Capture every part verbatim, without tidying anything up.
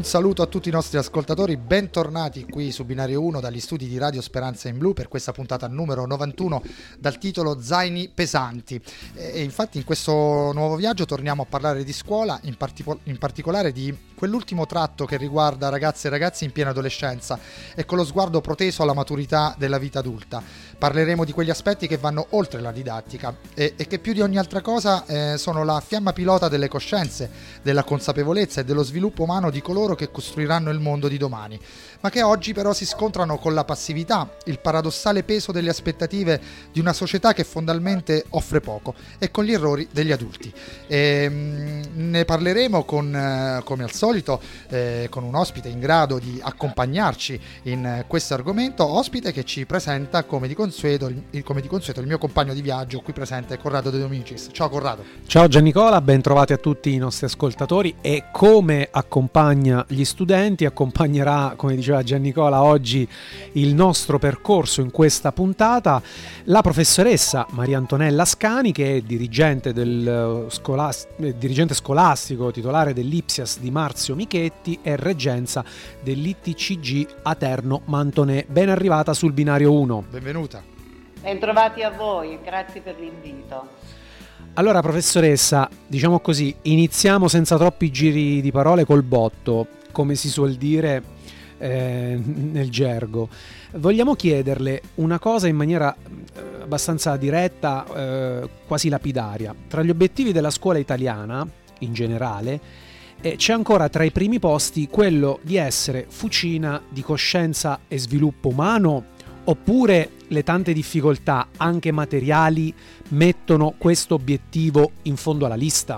Un saluto a tutti i nostri ascoltatori, bentornati qui su Binario uno dagli studi di Radio Speranza in Blu per questa puntata numero novantuno dal titolo Zaini pesanti. E infatti in questo nuovo viaggio torniamo a parlare di scuola, in, partic- in particolare di quell'ultimo tratto che riguarda ragazze e ragazzi in piena adolescenza e con lo sguardo proteso alla maturità della vita adulta. Parleremo di quegli aspetti che vanno oltre la didattica e, e che più di ogni altra cosa eh, sono la fiamma pilota delle coscienze, della consapevolezza e dello sviluppo umano di coloro che costruiranno il mondo di domani, ma che oggi però si scontrano con la passività, il paradossale peso delle aspettative di una società che fondamentalmente offre poco e con gli errori degli adulti. E, mh, ne parleremo con, eh, come al solito, eh, con un ospite in grado di accompagnarci in eh, questo argomento, ospite che ci presenta come di consueto il, come di consueto il mio compagno di viaggio qui presente, Corrado De Domicis. Ciao Corrado. Ciao Giannicola, ben trovati a tutti i nostri ascoltatori. E come accompagna gli studenti, accompagnerà, come diceva Giannicola, oggi il nostro percorso in questa puntata la professoressa Maria Antonella Scani, che è dirigente, del scolas- dirigente scolastico, titolare dell'Ipsias di Marzio Michetti e reggenza dell'I T C G Aterno Mantonè. Ben arrivata sul Binario uno. Benvenuta. Bentrovati a voi, grazie per l'invito. Allora professoressa, diciamo così, iniziamo senza troppi giri di parole col botto, come si suol dire eh, nel gergo. Vogliamo chiederle una cosa in maniera eh, abbastanza diretta, eh, quasi lapidaria. Tra gli obiettivi della scuola italiana, in generale, eh, c'è ancora tra i primi posti quello di essere fucina di coscienza e sviluppo umano, oppure le tante difficoltà, anche materiali, mettono questo obiettivo in fondo alla lista?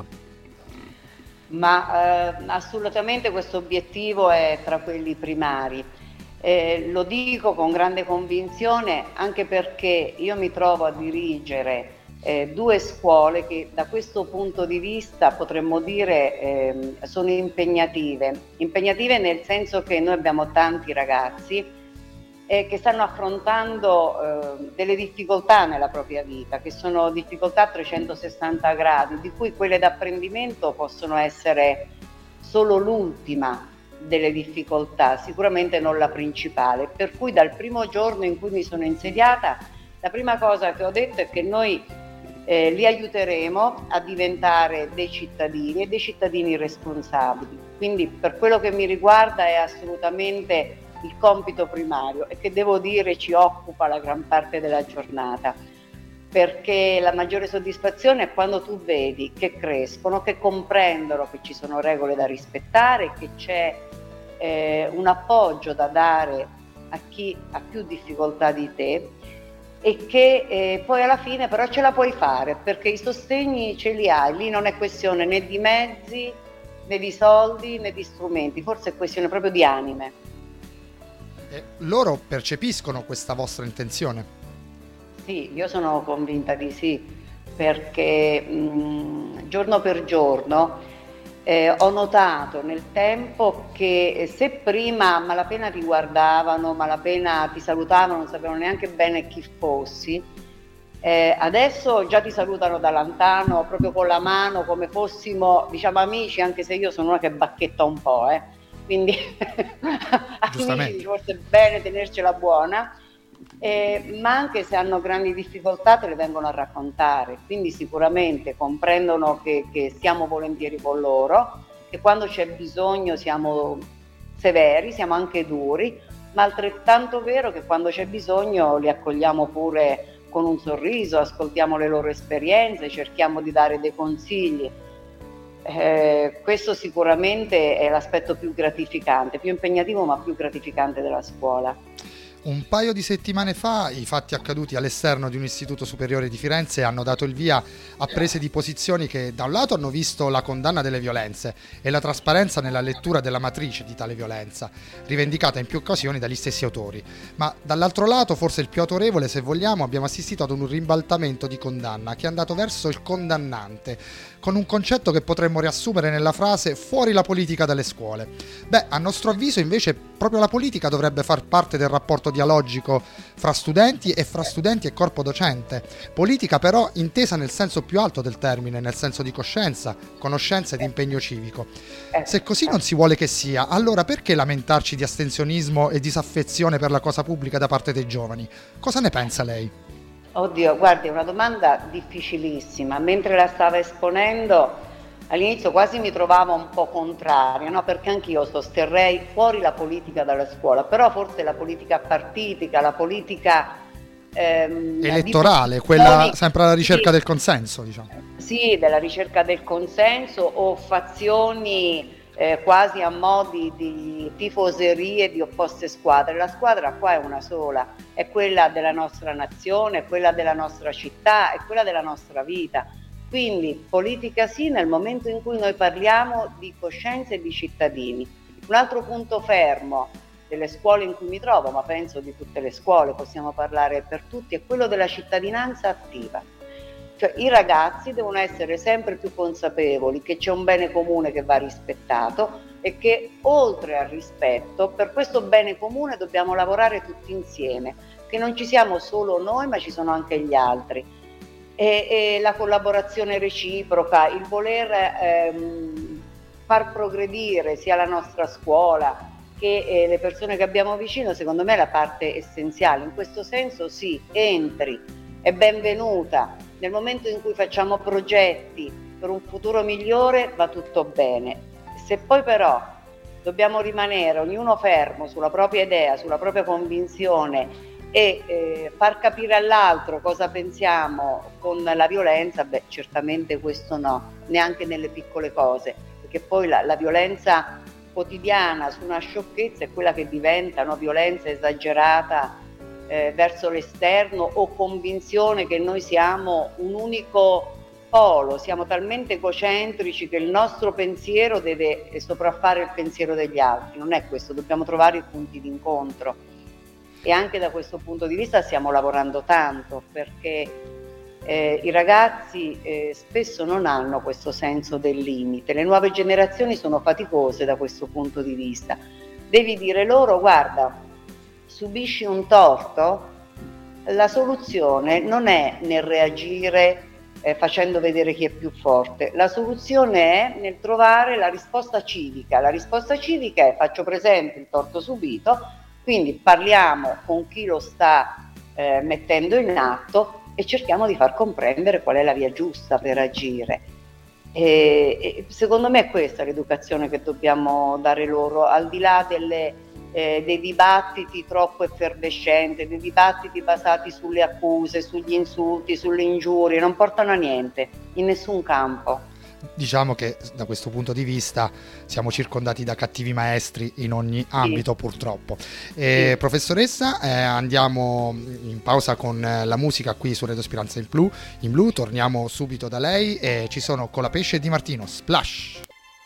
Ma eh, assolutamente questo obiettivo è tra quelli primari. Eh, lo dico con grande convinzione anche perché io mi trovo a dirigere eh, due scuole che da questo punto di vista potremmo dire eh, sono impegnative. Impegnative nel senso che noi abbiamo tanti ragazzi Eh, che stanno affrontando eh, delle difficoltà nella propria vita, che sono difficoltà a trecentosessanta gradi, di cui quelle d'apprendimento possono essere solo l'ultima delle difficoltà, sicuramente non la principale. Per cui dal primo giorno in cui mi sono insediata, la prima cosa che ho detto è che noi eh, li aiuteremo a diventare dei cittadini e dei cittadini responsabili. Quindi per quello che mi riguarda è assolutamente il compito primario e che devo dire ci occupa la gran parte della giornata, perché la maggiore soddisfazione è quando tu vedi che crescono, che comprendono che ci sono regole da rispettare, che c'è eh, un appoggio da dare a chi ha più difficoltà di te e che eh, poi alla fine però ce la puoi fare, perché i sostegni ce li hai, lì non è questione né di mezzi né di soldi né di strumenti, forse è questione proprio di anime. E loro percepiscono questa vostra intenzione? Sì, io sono convinta di sì, perché mh, giorno per giorno eh, ho notato nel tempo che se prima a malapena ti guardavano, malapena ti salutavano, non sapevano neanche bene chi fossi, eh, adesso già ti salutano da lontano, proprio con la mano, come fossimo, diciamo, amici, anche se io sono una che bacchetta un po', eh. Quindi amici, forse è bene tenercela buona, eh, ma anche se hanno grandi difficoltà te le vengono a raccontare, quindi sicuramente comprendono che, che siamo volentieri con loro, che quando c'è bisogno siamo severi, siamo anche duri, ma altrettanto vero che quando c'è bisogno li accogliamo pure con un sorriso, ascoltiamo le loro esperienze, cerchiamo di dare dei consigli. Eh, questo sicuramente è l'aspetto più gratificante, più impegnativo ma più gratificante della scuola. Un paio di settimane fa i fatti accaduti all'esterno di un istituto superiore di Firenze hanno dato il via a prese di posizioni che da un lato hanno visto la condanna delle violenze e la trasparenza nella lettura della matrice di tale violenza, rivendicata in più occasioni dagli stessi autori, ma dall'altro lato, forse il più autorevole se vogliamo, abbiamo assistito ad un ribaltamento di condanna che è andato verso il condannante, con un concetto che potremmo riassumere nella frase fuori la politica dalle scuole. Beh, a nostro avviso invece proprio la politica dovrebbe far parte del rapporto dialogico fra studenti e fra studenti e corpo docente. Politica però intesa nel senso più alto del termine, nel senso di coscienza, conoscenza ed impegno civico. Se così non si vuole che sia, allora perché lamentarci di astensionismo e disaffezione per la cosa pubblica da parte dei giovani? Cosa ne pensa lei? Oddio, guardi, è una domanda difficilissima. Mentre la stava esponendo, all'inizio quasi mi trovavo un po' contraria, no? Perché anch'io sosterrei fuori la politica dalla scuola, però forse la politica partitica, la politica ehm, elettorale, quella sempre alla ricerca sì, del consenso, diciamo. Sì, della ricerca del consenso o fazioni eh, quasi a modi di tifoserie di opposte squadre. La squadra qua è una sola, è quella della nostra nazione, è quella della nostra città, è quella della nostra vita. Quindi politica sì nel momento in cui noi parliamo di coscienza e di cittadini. Un altro punto fermo delle scuole in cui mi trovo, ma penso di tutte le scuole, possiamo parlare per tutti, è quello della cittadinanza attiva. Cioè i ragazzi devono essere sempre più consapevoli che c'è un bene comune che va rispettato e che oltre al rispetto, per questo bene comune dobbiamo lavorare tutti insieme, che non ci siamo solo noi ma ci sono anche gli altri. E, e la collaborazione reciproca, il voler ehm, far progredire sia la nostra scuola che eh, le persone che abbiamo vicino, secondo me è la parte essenziale. In questo senso sì, entri, è benvenuta. Nel momento in cui facciamo progetti per un futuro migliore va tutto bene. Se poi però dobbiamo rimanere ognuno fermo sulla propria idea, sulla propria convinzione e eh, far capire all'altro cosa pensiamo con la violenza, beh, certamente questo no, neanche nelle piccole cose, perché poi la, la violenza quotidiana su una sciocchezza è quella che diventa una violenza esagerata eh, verso l'esterno o convinzione che noi siamo un unico polo, siamo talmente egocentrici che il nostro pensiero deve sopraffare il pensiero degli altri. Non è questo, dobbiamo trovare i punti d'incontro. E anche da questo punto di vista stiamo lavorando tanto, perché eh, i ragazzi eh, spesso non hanno questo senso del limite. Le nuove generazioni sono faticose da questo punto di vista. Devi dire loro: guarda, subisci un torto, la soluzione non è nel reagire eh, facendo vedere chi è più forte, la soluzione è nel trovare la risposta civica. La risposta civica è: faccio presente il torto subito, quindi parliamo con chi lo sta eh, mettendo in atto e cerchiamo di far comprendere qual è la via giusta per agire. E, e secondo me è questa l'educazione che dobbiamo dare loro, al di là delle, eh, dei dibattiti troppo effervescenti, dei dibattiti basati sulle accuse, sugli insulti, sulle ingiurie, non portano a niente, in nessun campo. Diciamo che da questo punto di vista siamo circondati da cattivi maestri in ogni ambito, sì, purtroppo. Eh, sì. Professoressa, eh, andiamo in pausa con la musica qui su Radio Speranza in Blu, in Blu, torniamo subito da lei e ci sono Colapesce e Di Martino, Splash.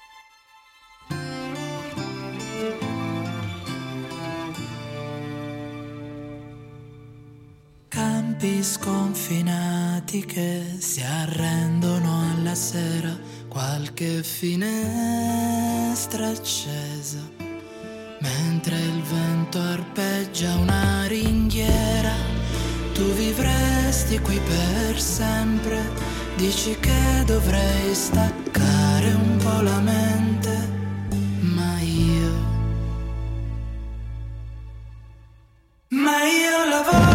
Campi sconfinati che si arrendono alla sera, qualche finestra accesa, mentre il vento arpeggia una ringhiera. Tu vivresti qui per sempre, dici che dovrei staccare un po' la mente, ma io, ma io lavoro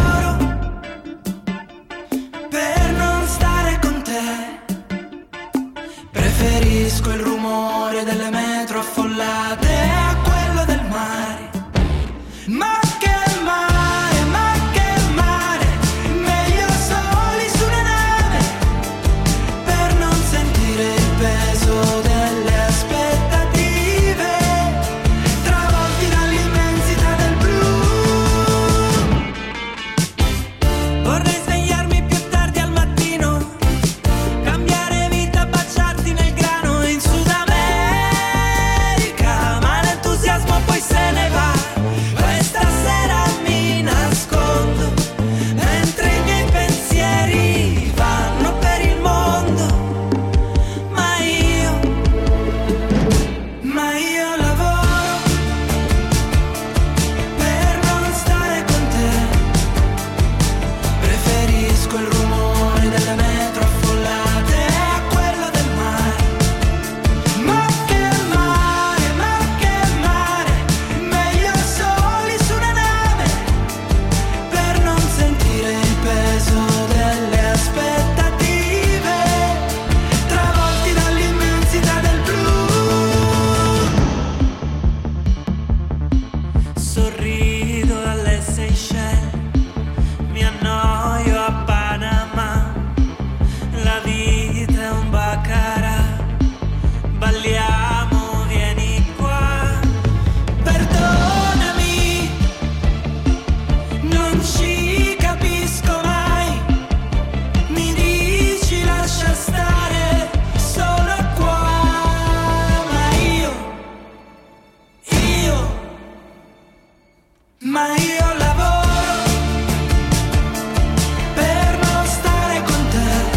preferisco il rumore delle metro affollate a quello del mare. Ma che mare, ma che mare, meglio soli su una nave, per non sentire il peso delle aspettative. mi annoio a Panama, la vita è un baccarat, balliamo, vieni qua, perdonami, non ci capisco mai, mi dici lascia stare, sono qua, ma io, io, ma io lavoro per non stare con te,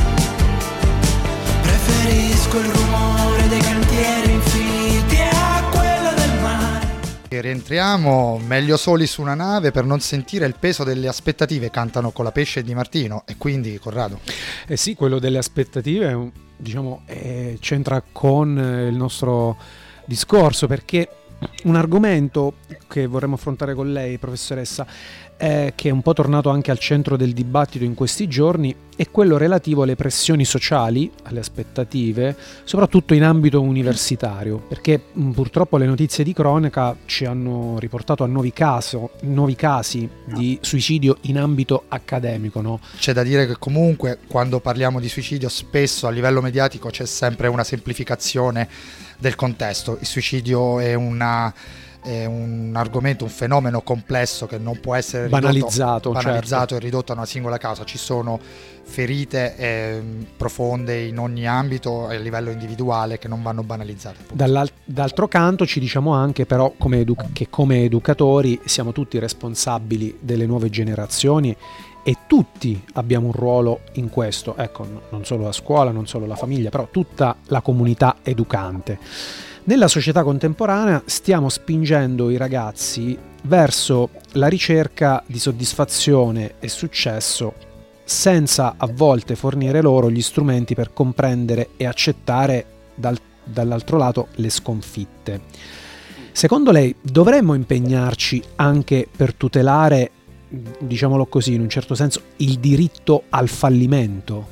preferisco il rumore dei cantieri infiniti a quello del mare. E rientriamo meglio soli su una nave per non sentire il peso delle aspettative, cantano con la Pesce Di Martino. E quindi Corrado, Eh sì, quello delle aspettative, diciamo, eh, c'entra con eh, il nostro discorso, perché un argomento che vorremmo affrontare con lei, professoressa, eh, che è un po' tornato anche al centro del dibattito in questi giorni, è quello relativo alle pressioni sociali, alle aspettative, soprattutto in ambito universitario, perché mh, purtroppo le notizie di cronaca ci hanno riportato a nuovi, caso, nuovi casi di suicidio in ambito accademico, no? c'è da dire che comunque quando parliamo di suicidio spesso a livello mediatico c'è sempre una semplificazione del contesto. Il suicidio è una è un argomento, un fenomeno complesso che non può essere ridotto, Banalizzato, banalizzato certo. e ridotto a una singola causa. Ci sono ferite eh, profonde in ogni ambito e a livello individuale che non vanno banalizzate. Dall'al- d'altro canto ci diciamo anche però come edu- che come educatori siamo tutti responsabili delle nuove generazioni e tutti abbiamo un ruolo in questo, ecco, no- non solo la scuola, non solo la famiglia, però tutta la comunità educante. Nella società contemporanea stiamo spingendo i ragazzi verso la ricerca di soddisfazione e successo senza a volte fornire loro gli strumenti per comprendere e accettare dal- dall'altro lato le sconfitte. Secondo lei dovremmo impegnarci anche per tutelare, diciamolo così, in un certo senso, il diritto al fallimento?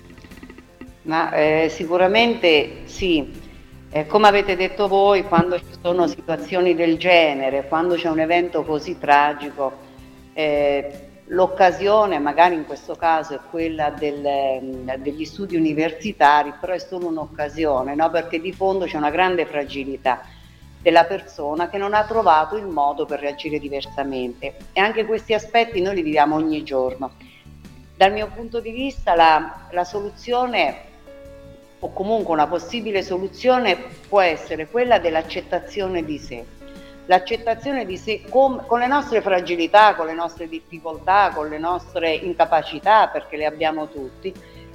Ma eh, sicuramente sì. Eh, come avete detto voi, quando ci sono situazioni del genere, quando c'è un evento così tragico, eh, l'occasione, magari in questo caso è quella del, degli studi universitari, però è solo un'occasione, no? Perché di fondo c'è una grande fragilità della persona che non ha trovato il modo per reagire diversamente, e anche questi aspetti noi li viviamo ogni giorno. Dal mio punto di vista la, la soluzione, o comunque una possibile soluzione, può essere quella dell'accettazione di sé. L'accettazione di sé con, con le nostre fragilità, con le nostre difficoltà, con le nostre incapacità, perché le abbiamo tutti,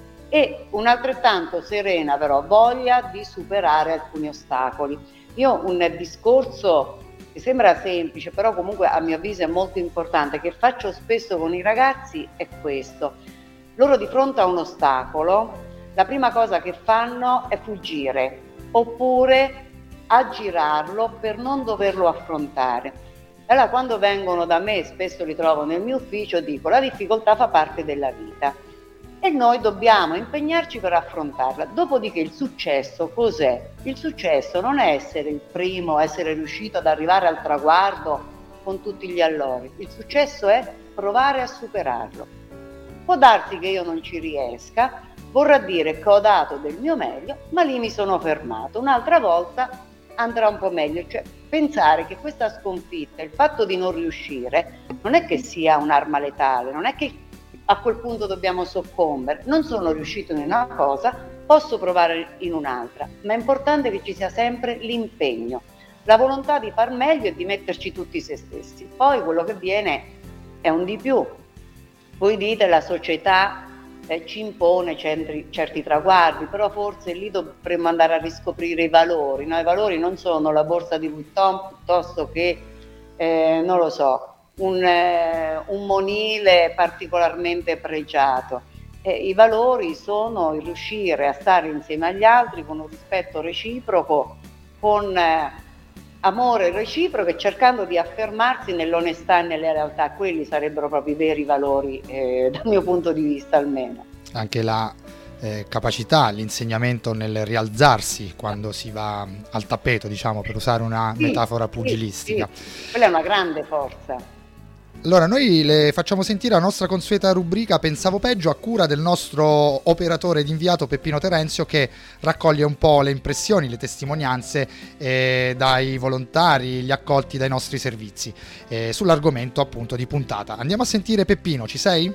e un'altrettanto serena però voglia di superare alcuni ostacoli. Io un discorso che sembra semplice, però comunque a mio avviso è molto importante, che faccio spesso con i ragazzi, è questo. Loro di fronte a un ostacolo, la prima cosa che fanno è fuggire, oppure aggirarlo per non doverlo affrontare. Allora quando vengono da me, spesso li trovo nel mio ufficio, dico: la difficoltà fa parte della vita e noi dobbiamo impegnarci per affrontarla. Dopodiché il successo cos'è? Il successo non è essere il primo, essere riuscito ad arrivare al traguardo con tutti gli allori. Il successo è provare a superarlo. Può darsi che io non ci riesca, vorrà dire che ho dato del mio meglio, ma lì mi sono fermato. Un'altra volta andrà un po' meglio, cioè pensare che questa sconfitta, il fatto di non riuscire, non è che sia un'arma letale, non è che a quel punto dobbiamo soccombere. Non sono riuscito in una cosa, posso provare in un'altra, ma è importante che ci sia sempre l'impegno, la volontà di far meglio e di metterci tutti se stessi. Poi quello che viene è un di più. Voi dite la società eh, ci impone certi, certi traguardi, però forse lì dovremmo andare a riscoprire i valori, no? I valori non sono la borsa di Vuitton piuttosto che, eh, non lo so, un, eh, un monile particolarmente pregiato. Eh, I valori sono il riuscire a stare insieme agli altri con un rispetto reciproco, con eh, amore reciproco e cercando di affermarsi nell'onestà e nelle realtà. Quelli sarebbero proprio i veri valori, eh, dal mio punto di vista almeno. Anche la eh, capacità, l'insegnamento nel rialzarsi quando si va al tappeto, diciamo, per usare una sì, metafora pugilistica. Sì, sì. Quella è una grande forza. Allora, noi le facciamo sentire la nostra consueta rubrica Pensavo peggio, a cura del nostro operatore ed inviato Peppino Terenzio, che raccoglie un po' le impressioni, le testimonianze eh, dai volontari, gli accolti dai nostri servizi eh, sull'argomento appunto di puntata. Andiamo a sentire Peppino, ci sei?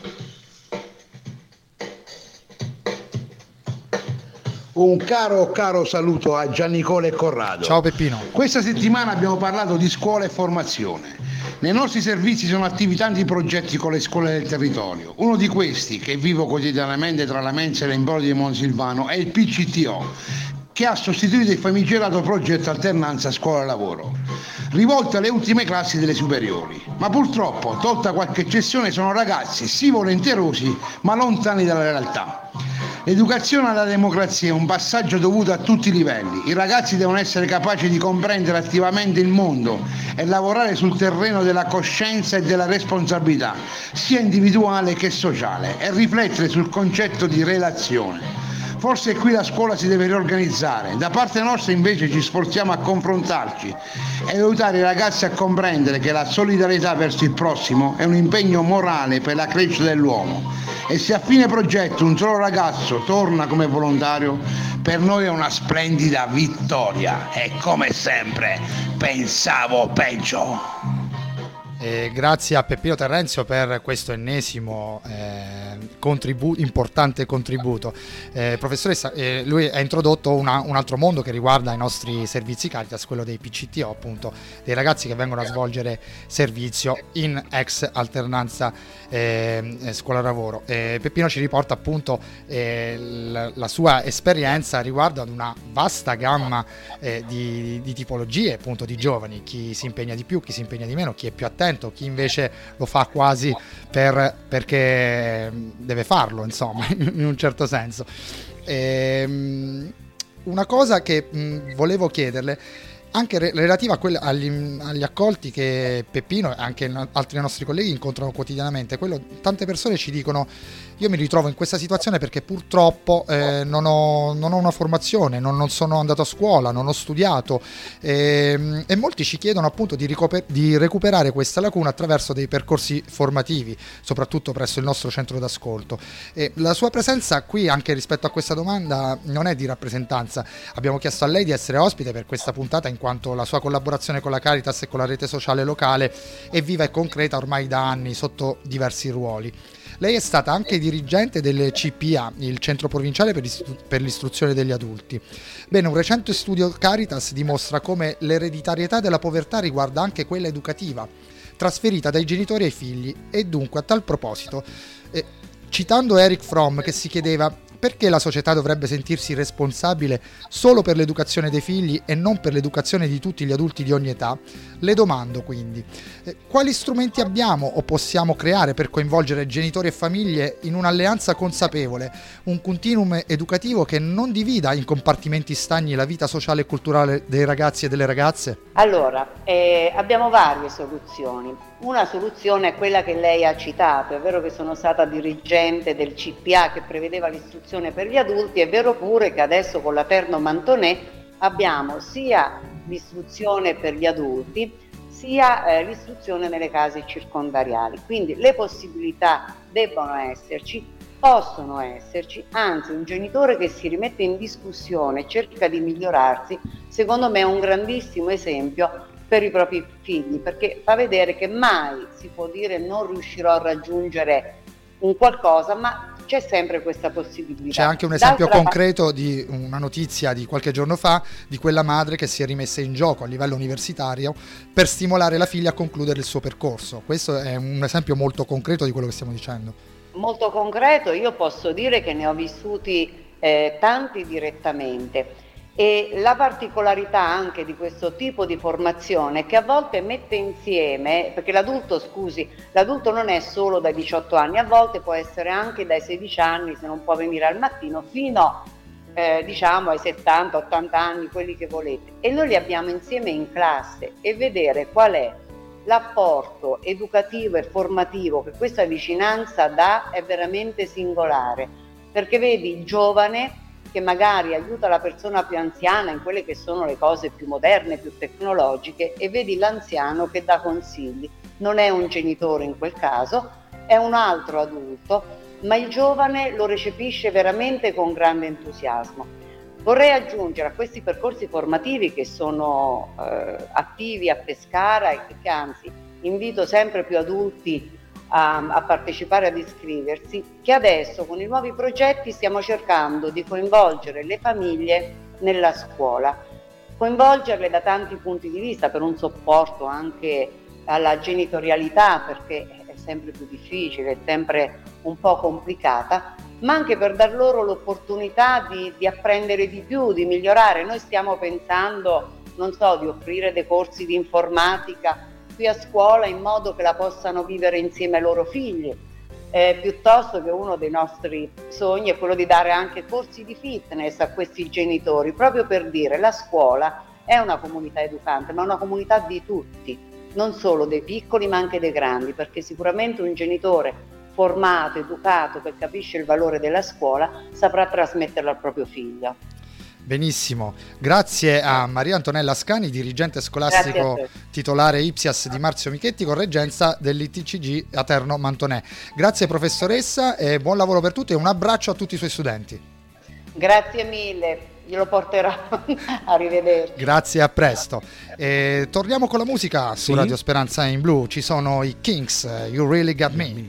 Un caro caro saluto a Giannicola e Corrado. Ciao Peppino. Questa settimana abbiamo parlato di scuola e formazione. Nei nostri servizi sono attivi tanti progetti con le scuole del territorio. Uno di questi, che vivo quotidianamente tra la mensa e l'Emporio di Monsilvano, è il P C T O, che ha sostituito il famigerato progetto alternanza scuola-lavoro, rivolto alle ultime classi delle superiori. Ma purtroppo, tolta qualche eccezione, sono ragazzi sì volenterosi, ma lontani dalla realtà. L'educazione alla democrazia è un passaggio dovuto a tutti i livelli. I ragazzi devono essere capaci di comprendere attivamente il mondo e lavorare sul terreno della coscienza e della responsabilità, sia individuale che sociale, e riflettere sul concetto di relazione. Forse qui la scuola si deve riorganizzare. Da parte nostra invece ci sforziamo a confrontarci e aiutare i ragazzi a comprendere che la solidarietà verso il prossimo è un impegno morale per la crescita dell'uomo, e se a fine progetto un solo ragazzo torna come volontario, per noi è una splendida vittoria. E come sempre pensavo peggio. Eh, grazie a Peppino Terenzio per questo ennesimo eh, contribu- importante contributo. Eh, professoressa, eh, lui ha introdotto una, un altro mondo che riguarda i nostri servizi Caritas, quello dei P C T O, appunto, dei ragazzi che vengono a svolgere servizio in ex alternanza eh, scuola-lavoro. Eh, Peppino ci riporta appunto eh, la, la sua esperienza riguardo ad una vasta gamma eh, di, di tipologie, appunto, di giovani, chi si impegna di più, chi si impegna di meno, chi è più attento, chi invece lo fa quasi per, perché deve farlo, insomma, in un certo senso. E, una cosa che mh, volevo chiederle, anche re- relativa a quelle, agli, agli accolti che Peppino e anche altri nostri colleghi incontrano quotidianamente, quello, tante persone ci dicono: io mi ritrovo in questa situazione perché purtroppo eh, non, ho, non ho una formazione, non, non sono andato a scuola, non ho studiato, e, e molti ci chiedono appunto di, ricoper- di recuperare questa lacuna attraverso dei percorsi formativi, soprattutto presso il nostro centro d'ascolto. E la sua presenza qui, anche rispetto a questa domanda, non è di rappresentanza. Abbiamo chiesto a lei di essere ospite per questa puntata in quanto la sua collaborazione con la Caritas e con la rete sociale locale è viva e concreta ormai da anni sotto diversi ruoli. Lei è stata anche dirigente del C P A, il Centro Provinciale per, l'Istru- per l'Istruzione degli Adulti. Bene, un recente studio Caritas dimostra come l'ereditarietà della povertà riguarda anche quella educativa, trasferita dai genitori ai figli, e dunque a tal proposito, eh, citando Eric Fromm che si chiedeva: perché la società dovrebbe sentirsi responsabile solo per l'educazione dei figli e non per l'educazione di tutti gli adulti di ogni età? Le domando quindi, eh, quali strumenti abbiamo o possiamo creare per coinvolgere genitori e famiglie in un'alleanza consapevole, un continuum educativo che non divida in compartimenti stagni la vita sociale e culturale dei ragazzi e delle ragazze? Allora, eh, abbiamo varie soluzioni. Una soluzione è quella che lei ha citato. È vero che sono stata dirigente del C P A che prevedeva l'istruzione per gli adulti, è vero pure che adesso con la Terno Mantonè abbiamo sia l'istruzione per gli adulti sia eh, l'istruzione nelle case circondariali. Quindi le possibilità debbono esserci, possono esserci, anzi un genitore che si rimette in discussione e cerca di migliorarsi, secondo me è un grandissimo esempio per i propri figli, perché fa vedere che mai si può dire non riuscirò a raggiungere un qualcosa, ma c'è sempre questa possibilità. C'è anche un esempio D'altra concreto di una notizia di qualche giorno fa di quella madre che si è rimessa in gioco a livello universitario per stimolare la figlia a concludere il suo percorso. Questo è un esempio molto concreto di quello che stiamo dicendo. Molto concreto, io posso dire che ne ho vissuti eh, tanti direttamente. E la particolarità anche di questo tipo di formazione è che a volte mette insieme, perché l'adulto, scusi, l'adulto non è solo dai diciotto anni, a volte può essere anche dai sedici anni, se non può venire al mattino, fino eh, diciamo ai settanta ottanta anni, quelli che volete. E noi li abbiamo insieme in classe, e vedere qual è l'apporto educativo e formativo che questa vicinanza dà è veramente singolare, perché vedi il giovane che magari aiuta la persona più anziana in quelle che sono le cose più moderne, più tecnologiche, e vedi l'anziano che dà consigli. non è un genitore in quel caso, è un altro adulto, ma il giovane lo recepisce veramente con grande entusiasmo. Vorrei aggiungere a questi percorsi formativi che sono eh, attivi a Pescara e che anzi invito sempre più adulti a, a partecipare, ad iscriversi, che adesso con i nuovi progetti stiamo cercando di coinvolgere le famiglie nella scuola, coinvolgerle da tanti punti di vista per un supporto anche alla genitorialità, perché è sempre più difficile, è sempre un po' complicata, ma anche per dar loro l'opportunità di, di apprendere di più, di migliorare. Noi stiamo pensando, non so, di offrire dei corsi di informatica qui a scuola in modo che la possano vivere insieme ai loro figli, eh, piuttosto che uno dei nostri sogni è quello di dare anche corsi di fitness a questi genitori, proprio per dire la scuola è una comunità educante, ma una comunità di tutti, non solo dei piccoli ma anche dei grandi, perché sicuramente un genitore formato, educato, che capisce il valore della scuola, saprà trasmetterlo al proprio figlio. Benissimo, grazie a Maria Antonella Ascani, dirigente scolastico titolare Ipsias di Marzio Michetti, con reggenza dell'I T C G Aterno Mantonè. Grazie professoressa e buon lavoro per tutti e un abbraccio a tutti i suoi studenti. Grazie mille, glielo porterò. Arrivederci. Grazie, a presto. E torniamo con la musica su sì. Radio Speranza in Blu. Ci sono i Kings, You Really Got Me.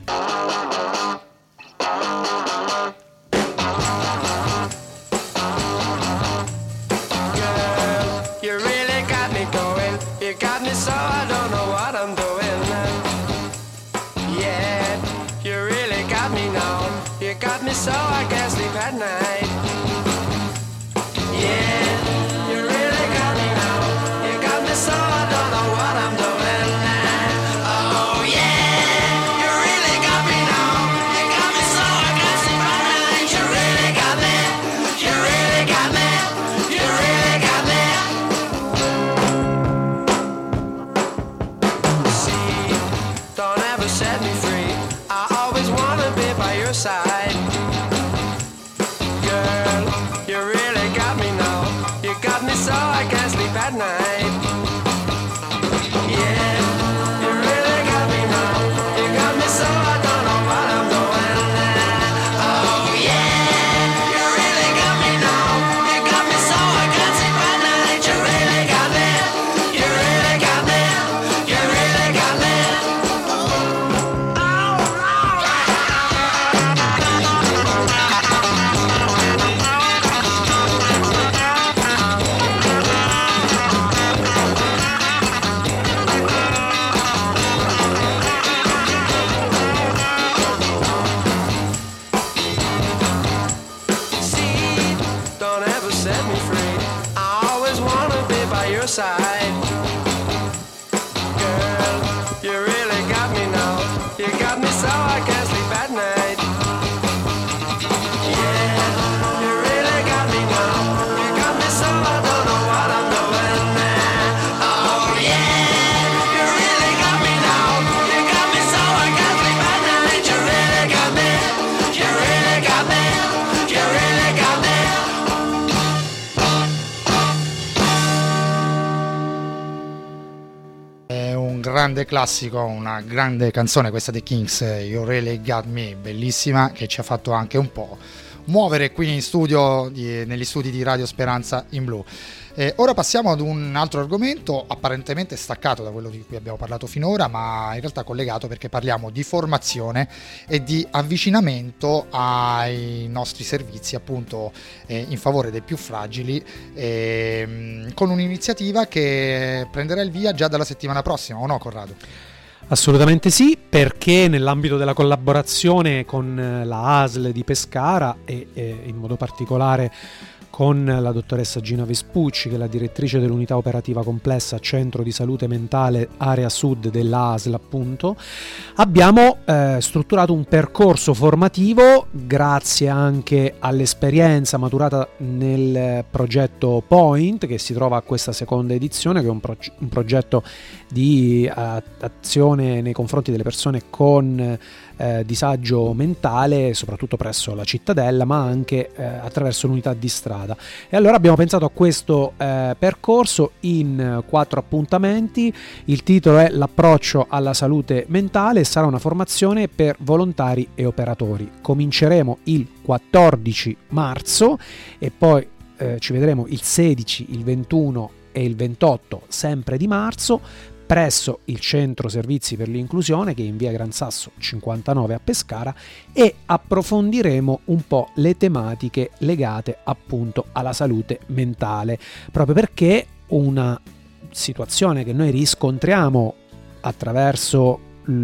So I can't sleep at night. Yeah, you really got me now. You got me so I don't know what I'm doing now. Oh yeah, you really got me now. You got me so I can't sleep at night. You really got me. You really got me. You really got me. See, don't ever set me free. I always wanna be by your side. So I can't sleep at night. Yeah, you really got me now. You got me so I don't know what I'm doing now. Oh yeah, you really got me now. You got me so I can't sleep at night. You really got me. You really got me. You really got me. Side. Girl, you really got me now. You got me so I can't sleep at night. Yeah, you really got me now. You got me so I don't know what I'm doing now. Oh yeah, you really got me now. You got me so I can't sleep at night. You really got me. You really got me. You really got me. Grande classico, una grande canzone questa dei Kings, You Really Got Me, bellissima, che ci ha fatto anche un po' muovere qui in studio, di, negli studi di Radio Speranza in Blu. Eh, ora passiamo ad un altro argomento apparentemente staccato da quello di cui abbiamo parlato finora, ma in realtà collegato, perché parliamo di formazione e di avvicinamento ai nostri servizi, appunto eh, in favore dei più fragili, eh, con un'iniziativa che prenderà il via già dalla settimana prossima, o no Corrado? Assolutamente sì, perché nell'ambito della collaborazione con la A S L di Pescara e, e in modo particolare con la dottoressa Gina Vespucci, che è la direttrice dell'unità operativa complessa Centro di Salute Mentale Area Sud della A S L, appunto, abbiamo eh, strutturato un percorso formativo grazie anche all'esperienza maturata nel progetto Point, che si trova a questa seconda edizione, che è un, pro- un progetto di uh, azione nei confronti delle persone con eh, disagio mentale, soprattutto presso la cittadella, ma anche eh, attraverso l'unità di strada. E allora abbiamo pensato a questo eh, percorso in quattro appuntamenti. Il titolo è L'approccio alla salute mentale e sarà una formazione per volontari e operatori. Cominceremo il quattordici marzo e poi eh, ci vedremo il sedici, il ventuno e il ventotto sempre di marzo presso il Centro Servizi per l'Inclusione, che è in via Gran Sasso cinquantanove a Pescara, e approfondiremo un po' le tematiche legate appunto alla salute mentale, proprio perché una situazione che noi riscontriamo attraverso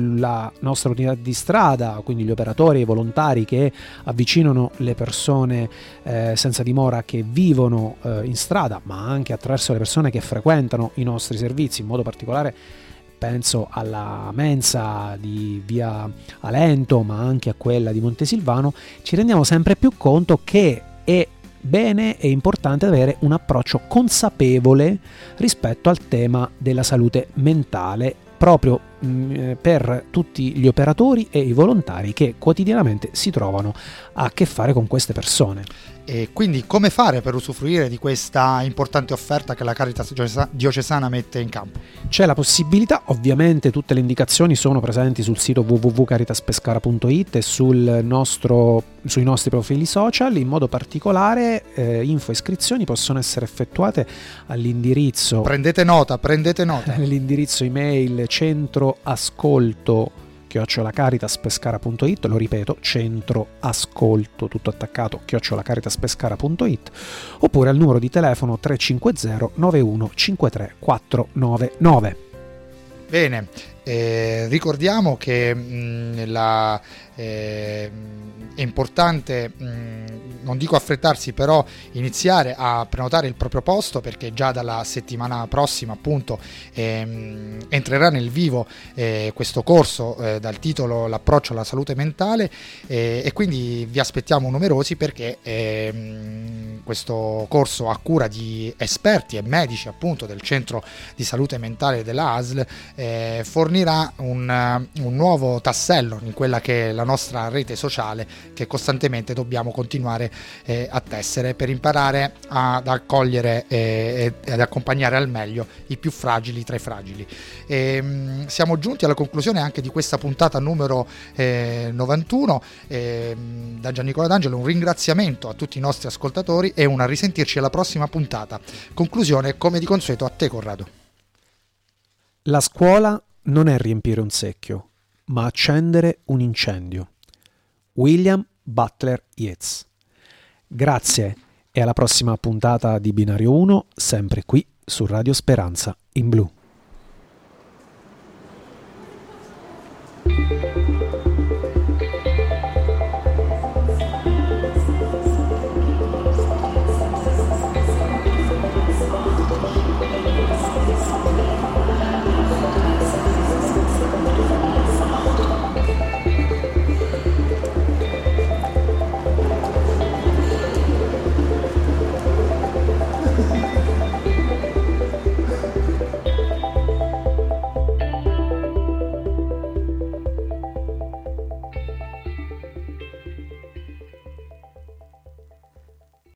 la nostra unità di strada, quindi gli operatori e i volontari che avvicinano le persone eh, senza dimora che vivono eh, in strada, ma anche attraverso le persone che frequentano i nostri servizi, in modo particolare penso alla mensa di via Alento, ma anche a quella di Montesilvano. Ci rendiamo sempre più conto che è bene e importante avere un approccio consapevole rispetto al tema della salute mentale, proprio mh, per tutti gli operatori e i volontari che quotidianamente si trovano a che fare con queste persone. E quindi come fare per usufruire di questa importante offerta che la Caritas diocesana mette in campo? C'è la possibilità, ovviamente tutte le indicazioni sono presenti sul sito w w w punto caritaspescara punto i t e sul nostro, sui nostri profili social. In modo particolare eh, info e iscrizioni possono essere effettuate all'indirizzo prendete nota, prendete nota all'indirizzo email centroascolto chiocciola caritaspescara punto i t, lo ripeto, centro ascolto tutto attaccato chiocciola caritaspescara punto i t, oppure al numero di telefono tre cinque zero nove uno cinque tre quattro nove nove. Bene, eh, ricordiamo che mh, la, eh, è importante, mh, non dico affrettarsi, però iniziare a prenotare il proprio posto, perché già dalla settimana prossima appunto ehm, entrerà nel vivo eh, questo corso eh, dal titolo L'approccio alla salute mentale eh, e quindi vi aspettiamo numerosi, perché ehm, questo corso a cura di esperti e medici appunto del centro di salute mentale della A S L eh, fornirà un, un nuovo tassello in quella che è la nostra rete sociale, che costantemente dobbiamo continuare eh, a tessere per imparare ad accogliere eh, e ad accompagnare al meglio i più fragili tra i fragili. E, mh, siamo giunti alla conclusione anche di questa puntata numero eh, novantuno. E, mh, da Giannicola D'Angelo un ringraziamento a tutti i nostri ascoltatori e una risentirci alla prossima puntata. Conclusione come di consueto a te, Corrado. La scuola non è riempire un secchio, ma accendere un incendio. William Butler Yeats. Grazie e alla prossima puntata di Binario uno, sempre qui su Radio Speranza in Blu.